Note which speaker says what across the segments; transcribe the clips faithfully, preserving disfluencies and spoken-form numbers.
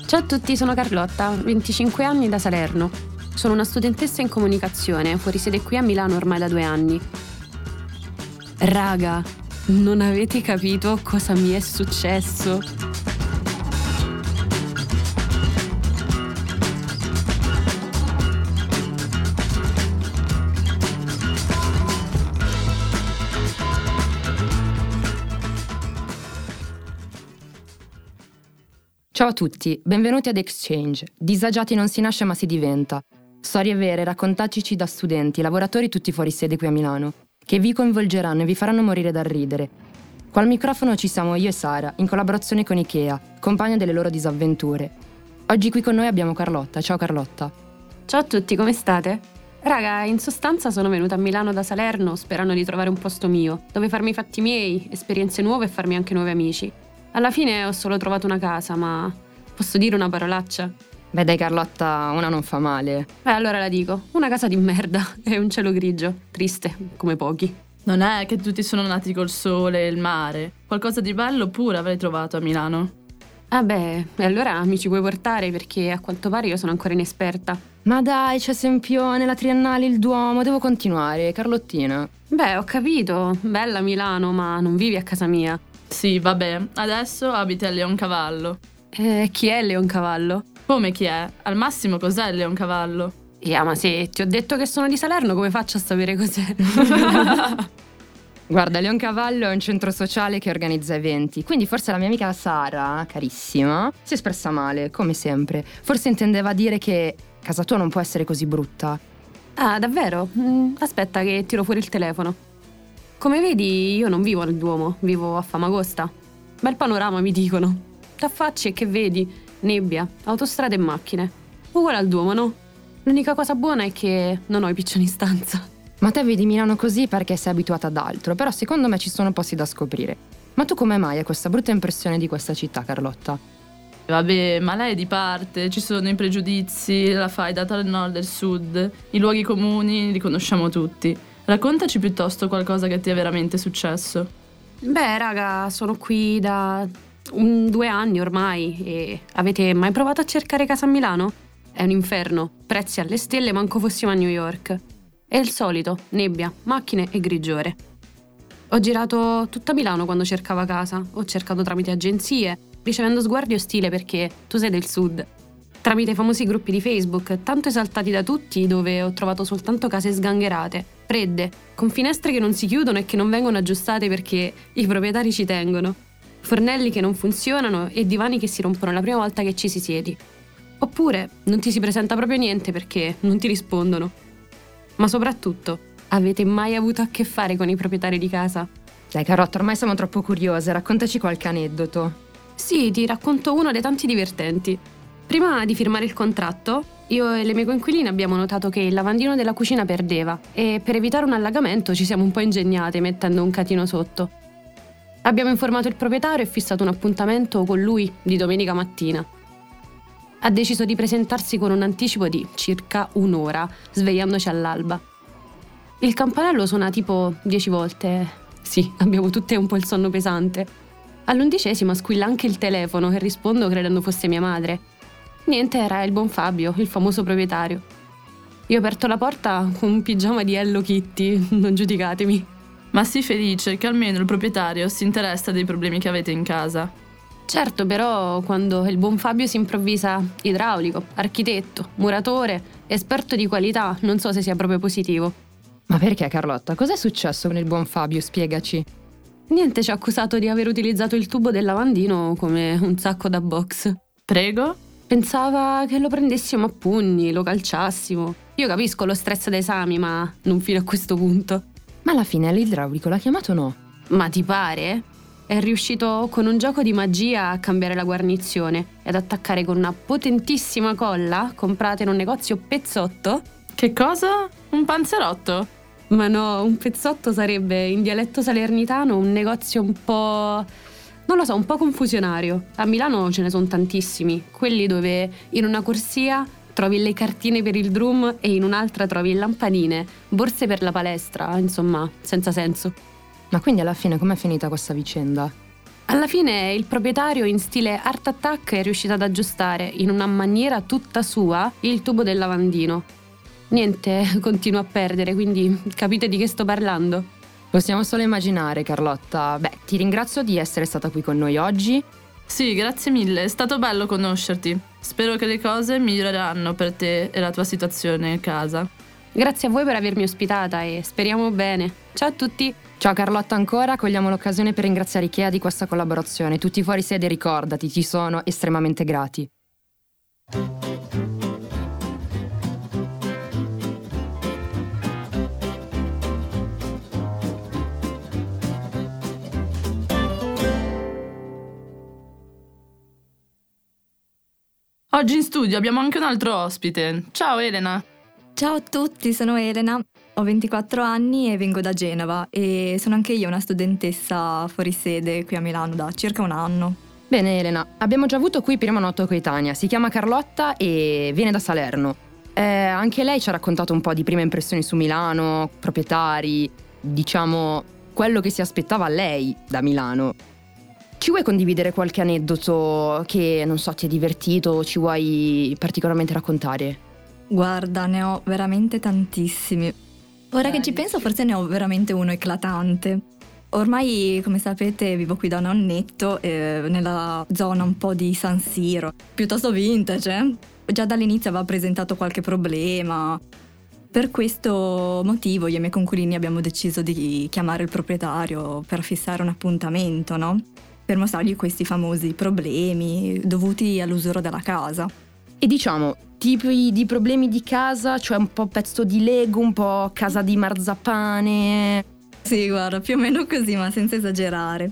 Speaker 1: Ciao a tutti, sono Carlotta, venticinque anni, da Salerno. Sono una studentessa in comunicazione, fuori sede qui a Milano ormai da due anni. Raga, non avete capito cosa mi è successo?
Speaker 2: Ciao a tutti, benvenuti ad Exchange. Disagiati non si nasce ma si diventa. Storie vere raccontateci da studenti, lavoratori tutti fuori sede qui a Milano, che vi coinvolgeranno e vi faranno morire dal ridere. Qua al microfono ci siamo io e Sara, in collaborazione con Ikea, compagna delle loro disavventure. Oggi qui con noi abbiamo Carlotta. Ciao Carlotta.
Speaker 1: Ciao a tutti, come state? Raga, in sostanza sono venuta a Milano da Salerno sperando di trovare un posto mio, dove farmi i fatti miei, esperienze nuove e farmi anche nuovi amici. Alla fine ho solo trovato una casa, ma posso dire una parolaccia?
Speaker 2: Beh dai Carlotta, una non fa male.
Speaker 1: Beh, allora la dico, una casa di merda e un cielo grigio, triste, come pochi.
Speaker 3: Non è che tutti sono nati col sole e il mare. Qualcosa di bello pure avrei trovato a Milano.
Speaker 1: Ah beh, e allora mi ci puoi portare perché a quanto pare io sono ancora inesperta.
Speaker 2: Ma dai, c'è Sempione, la Triennale, il Duomo, devo continuare, Carlottina.
Speaker 1: Beh, ho capito, bella Milano, ma non vivi a casa mia.
Speaker 3: Sì, vabbè, adesso abiti a Leoncavallo.
Speaker 1: Eh, chi è Leoncavallo?
Speaker 3: Come chi è? Al massimo cos'è Leoncavallo?
Speaker 1: Yeah, ma se ti ho detto che sono di Salerno, come faccio a sapere cos'è?
Speaker 2: Guarda, Leoncavallo è un centro sociale che organizza eventi, quindi forse la mia amica Sara, carissima, si è espressa male, come sempre. Forse intendeva dire che casa tua non può essere così brutta.
Speaker 1: Ah, davvero? Mm, aspetta che tiro fuori il telefono. Come vedi, io non vivo al Duomo, vivo a Famagosta. Bel panorama, mi dicono. T'affacci e che vedi? Nebbia, autostrade e macchine. Uguale al Duomo, no? L'unica cosa buona è che non ho i piccioni in stanza.
Speaker 2: Ma te vedi Milano così perché sei abituata ad altro, però secondo me ci sono posti da scoprire. Ma tu come mai hai questa brutta impressione di questa città, Carlotta?
Speaker 3: Vabbè, ma lei è di parte, ci sono i pregiudizi, la faida tra il nord e il sud, i luoghi comuni li conosciamo tutti. Raccontaci piuttosto qualcosa che ti è veramente successo.
Speaker 1: Beh, raga, sono qui da un, due anni ormai e avete mai provato a cercare casa a Milano? È un inferno, prezzi alle stelle, manco fossimo a New York. È il solito, nebbia, macchine e grigiore. Ho girato tutta Milano quando cercavo casa, ho cercato tramite agenzie, ricevendo sguardi ostili perché tu sei del sud. Tramite i famosi gruppi di Facebook, tanto esaltati da tutti, dove ho trovato soltanto case sgangherate, fredde, con finestre che non si chiudono e che non vengono aggiustate perché i proprietari ci tengono, fornelli che non funzionano e divani che si rompono la prima volta che ci si siedi. Oppure non ti si presenta proprio niente perché non ti rispondono. Ma soprattutto, avete mai avuto a che fare con i proprietari di casa?
Speaker 2: Dai Carlotta, ormai siamo troppo curiose, raccontaci qualche aneddoto.
Speaker 1: Sì, ti racconto uno dei tanti divertenti. Prima di firmare il contratto, io e le mie coinquiline abbiamo notato che il lavandino della cucina perdeva e per evitare un allagamento ci siamo un po' ingegnate mettendo un catino sotto. Abbiamo informato il proprietario e fissato un appuntamento con lui di domenica mattina. Ha deciso di presentarsi con un anticipo di circa un'ora, svegliandoci all'alba. Il campanello suona tipo dieci volte. Sì, abbiamo tutte un po' il sonno pesante. All'undicesima squilla anche il telefono e rispondo credendo fosse mia madre. Niente, era il buon Fabio, il famoso proprietario. Io ho aperto la porta con un pigiama di Hello Kitty, non giudicatemi.
Speaker 3: Ma sii felice che almeno il proprietario si interessa dei problemi che avete in casa.
Speaker 1: Certo, però quando il buon Fabio si improvvisa idraulico, architetto, muratore, esperto di qualità, non so se sia proprio positivo.
Speaker 2: Ma perché Carlotta? Cos'è successo con il buon Fabio? Spiegaci.
Speaker 1: Niente, ci ha accusato di aver utilizzato il tubo del lavandino come un sacco da box.
Speaker 3: Prego?
Speaker 1: Pensava che lo prendessimo a pugni, lo calciassimo. Io capisco lo stress da esami, ma non fino a questo punto.
Speaker 2: Ma alla fine l'idraulico l'ha chiamato o no?
Speaker 1: Ma ti pare? È riuscito con un gioco di magia a cambiare la guarnizione ed attaccare con una potentissima colla comprata in un negozio pezzotto.
Speaker 3: Che cosa? Un panzerotto?
Speaker 1: Ma no, un pezzotto sarebbe in dialetto salernitano un negozio un po'... non lo so, un po' confusionario. A Milano ce ne sono tantissimi, quelli dove in una corsia trovi le cartine per il drum e in un'altra trovi lampadine, borse per la palestra, insomma, senza senso.
Speaker 2: Ma quindi alla fine com'è finita questa vicenda?
Speaker 1: Alla fine il proprietario in stile Art Attack è riuscito ad aggiustare in una maniera tutta sua il tubo del lavandino. Niente, continuo a perdere, quindi capite di che sto parlando?
Speaker 2: Possiamo solo immaginare, Carlotta. Beh, ti ringrazio di essere stata qui con noi oggi.
Speaker 3: Sì, grazie mille, è stato bello conoscerti. Spero che le cose miglioreranno per te e la tua situazione a casa.
Speaker 1: Grazie a voi per avermi ospitata e speriamo bene. Ciao a tutti!
Speaker 2: Ciao Carlotta ancora, cogliamo l'occasione per ringraziare Ikea di questa collaborazione. Tutti fuori sede, ricordati, ti sono estremamente grati.
Speaker 3: Oggi in studio abbiamo anche un altro ospite. Ciao Elena.
Speaker 4: Ciao a tutti, sono Elena, ho ventiquattro anni e vengo da Genova e sono anche io una studentessa fuori sede qui a Milano da circa un anno.
Speaker 2: Bene Elena, abbiamo già avuto qui prima una tua coetanea, si chiama Carlotta e viene da Salerno. Eh, anche lei ci ha raccontato un po' di prime impressioni su Milano, proprietari, diciamo quello che si aspettava lei da Milano. Ci vuoi condividere qualche aneddoto che, non so, ti è divertito o ci vuoi particolarmente raccontare?
Speaker 4: Guarda, ne ho veramente tantissimi. Ora che ci penso forse ne ho veramente uno eclatante. Ormai, come sapete, vivo qui da un annetto, eh, nella zona un po' di San Siro. Piuttosto vintage, eh? Già dall'inizio aveva presentato qualche problema. Per questo motivo io e i miei coinquilini abbiamo deciso di chiamare il proprietario per fissare un appuntamento, no? Per mostrargli questi famosi problemi dovuti all'usuro della casa.
Speaker 2: E diciamo, tipi di problemi di casa, cioè un po' pezzo di Lego, un po' casa di marzapane.
Speaker 4: Sì, guarda, più o meno così, ma senza esagerare.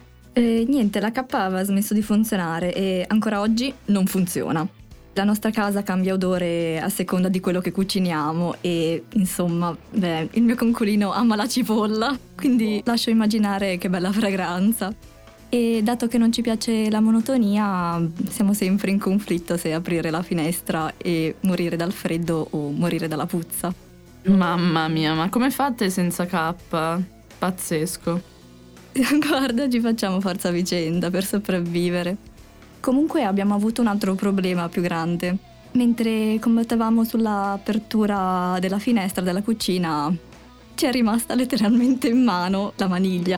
Speaker 4: E niente, la K aveva smesso di funzionare e ancora oggi non funziona. La nostra casa cambia odore a seconda di quello che cuciniamo e, insomma, beh, il mio coinquilino ama la cipolla, quindi lascio immaginare che bella fragranza. E dato che non ci piace la monotonia, siamo sempre in conflitto se aprire la finestra e morire dal freddo o morire dalla puzza.
Speaker 3: Mamma mia, ma come fate senza K? Pazzesco.
Speaker 4: Guarda, ci facciamo forza a vicenda per sopravvivere. Comunque abbiamo avuto un altro problema più grande. Mentre combattevamo sull'apertura della finestra della cucina, ci è rimasta letteralmente in mano la maniglia.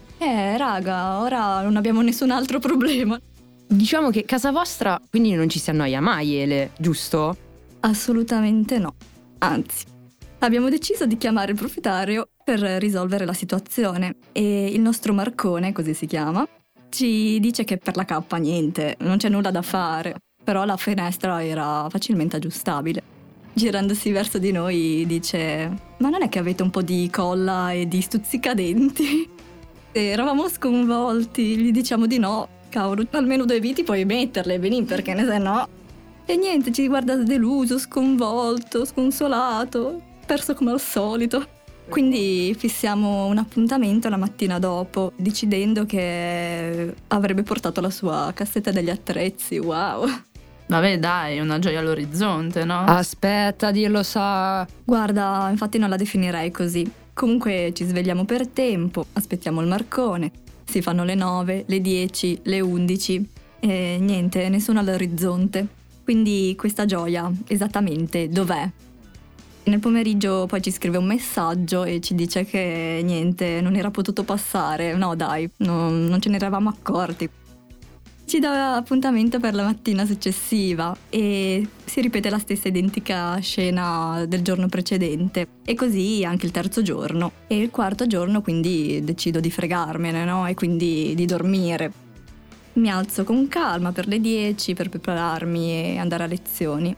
Speaker 4: Eh, raga, ora non abbiamo nessun altro problema.
Speaker 2: Diciamo che casa vostra quindi non ci si annoia mai, Ele, giusto?
Speaker 4: Assolutamente no. Anzi, abbiamo deciso di chiamare il proprietario per risolvere la situazione e il nostro Marcone, così si chiama, ci dice che per la K niente, non c'è nulla da fare, però la finestra era facilmente aggiustabile. Girandosi verso di noi dice: ma non è che avete un po' di colla e di stuzzicadenti? E eravamo sconvolti, gli diciamo di no, cavolo, almeno due viti puoi metterle, veni, perché ne sai no. E niente, ci guarda deluso, sconvolto, sconsolato, perso come al solito. Quindi fissiamo un appuntamento la mattina dopo, decidendo che avrebbe portato la sua cassetta degli attrezzi, wow.
Speaker 3: Vabbè dai, una gioia all'orizzonte, no?
Speaker 2: Aspetta, dirlo sa.
Speaker 4: Guarda, infatti non la definirei così. Comunque ci svegliamo per tempo, aspettiamo il Marcone, si fanno le nove, le dieci, le undici e niente, nessuno all'orizzonte. Quindi questa gioia, esattamente, dov'è? Nel pomeriggio poi ci scrive un messaggio e ci dice che niente, non era potuto passare. No dai, no, non ce ne eravamo accorti. Ci dà appuntamento per la mattina successiva e si ripete la stessa identica scena del giorno precedente. E così anche il terzo giorno. E il quarto giorno quindi decido di fregarmene, no? E quindi di dormire. Mi alzo con calma per le dieci per prepararmi e andare a lezioni.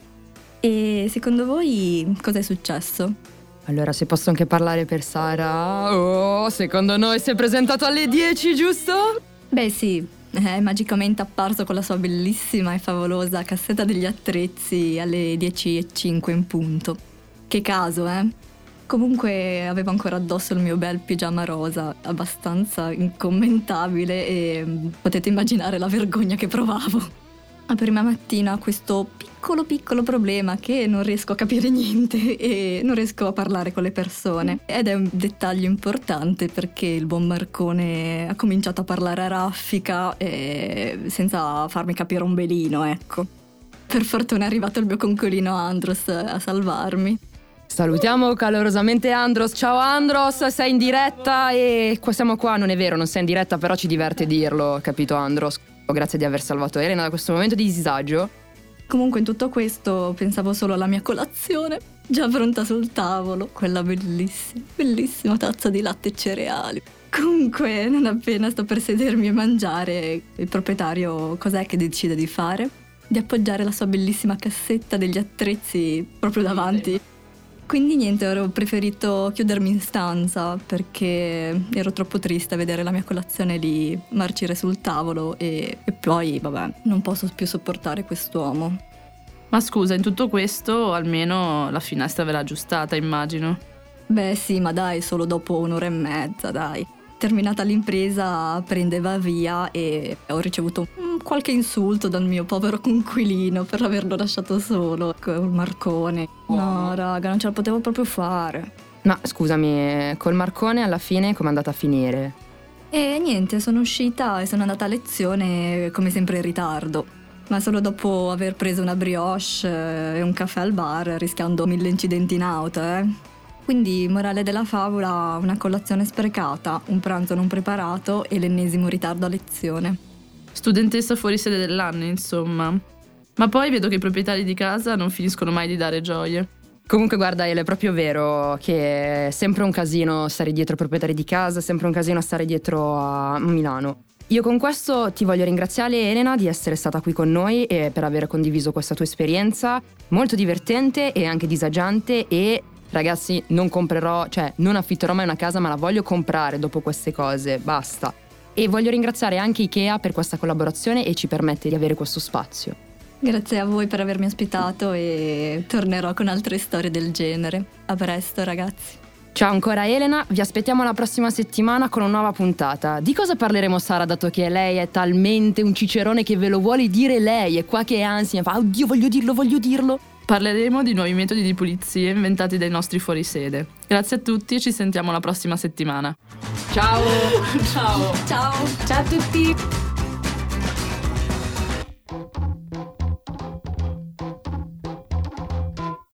Speaker 4: E secondo voi cosa è successo?
Speaker 2: Allora, se posso anche parlare per Sara. Oh, secondo noi si è presentato alle dieci, giusto?
Speaker 4: Beh sì, è magicamente apparso con la sua bellissima e favolosa cassetta degli attrezzi alle dieci e cinque in punto. Che caso, eh? Comunque avevo ancora addosso il mio bel pigiama rosa, abbastanza incommentabile, e potete immaginare la vergogna che provavo. La prima mattina questo piccolo piccolo problema che non riesco a capire niente e non riesco a parlare con le persone. Ed è un dettaglio importante perché il buon Marcone ha cominciato a parlare a raffica e senza farmi capire un belino, ecco. Per fortuna è arrivato il mio concolino Andros a salvarmi.
Speaker 2: Salutiamo calorosamente Andros. Ciao Andros, sei in diretta e qua siamo qua. Non è vero, non sei in diretta, però ci diverte dirlo, capito Andros? Grazie di aver salvato Elena da questo momento di disagio.
Speaker 4: Comunque in tutto questo pensavo solo alla mia colazione, già pronta sul tavolo, quella bellissima, bellissima tazza di latte e cereali. Comunque, non appena sto per sedermi e mangiare, il proprietario cos'è che decide di fare? Di appoggiare la sua bellissima cassetta degli attrezzi proprio davanti. Quindi niente, ho preferito chiudermi in stanza perché ero troppo triste a vedere la mia colazione lì marcire sul tavolo e, e poi, vabbè, non posso più sopportare quest'uomo.
Speaker 3: Ma scusa, in tutto questo almeno la finestra ve l'ha aggiustata, immagino.
Speaker 4: Beh sì, ma dai, solo dopo un'ora e mezza, dai. Terminata l'impresa prendeva via e ho ricevuto qualche insulto dal mio povero conquilino per averlo lasciato solo col Marcone. No raga, non ce la potevo proprio fare.
Speaker 2: Ma scusami, col Marcone alla fine com'è andata a finire?
Speaker 4: E niente, sono uscita e sono andata a lezione come sempre in ritardo, ma solo dopo aver preso una brioche e un caffè al bar, rischiando mille incidenti in auto, eh. Quindi, morale della favola, una colazione sprecata, un pranzo non preparato e l'ennesimo ritardo a lezione.
Speaker 3: Studentessa fuori sede dell'anno, insomma. Ma poi vedo che i proprietari di casa non finiscono mai di dare gioie.
Speaker 2: Comunque guarda Ele, è proprio vero che è sempre un casino stare dietro ai proprietari di casa, è sempre un casino stare dietro a Milano. Io con questo ti voglio ringraziare Elena di essere stata qui con noi e per aver condiviso questa tua esperienza molto divertente e anche disagiante. E ragazzi, non comprerò, cioè non affitterò mai una casa, ma la voglio comprare dopo queste cose, basta. E voglio ringraziare anche Ikea per questa collaborazione e ci permette di avere questo spazio.
Speaker 4: Grazie a voi per avermi ospitato e tornerò con altre storie del genere. A presto ragazzi.
Speaker 2: Ciao ancora Elena, vi aspettiamo la prossima settimana con una nuova puntata. Di cosa parleremo Sara, dato che lei è talmente un cicerone che ve lo vuole dire lei, è qua che è ansia, fa oddio voglio dirlo, voglio dirlo.
Speaker 3: Parleremo di nuovi metodi di pulizia inventati dai nostri fuorisede. Grazie a tutti e ci sentiamo la prossima settimana.
Speaker 2: Ciao!
Speaker 3: Ciao!
Speaker 4: Ciao!
Speaker 1: Ciao a tutti!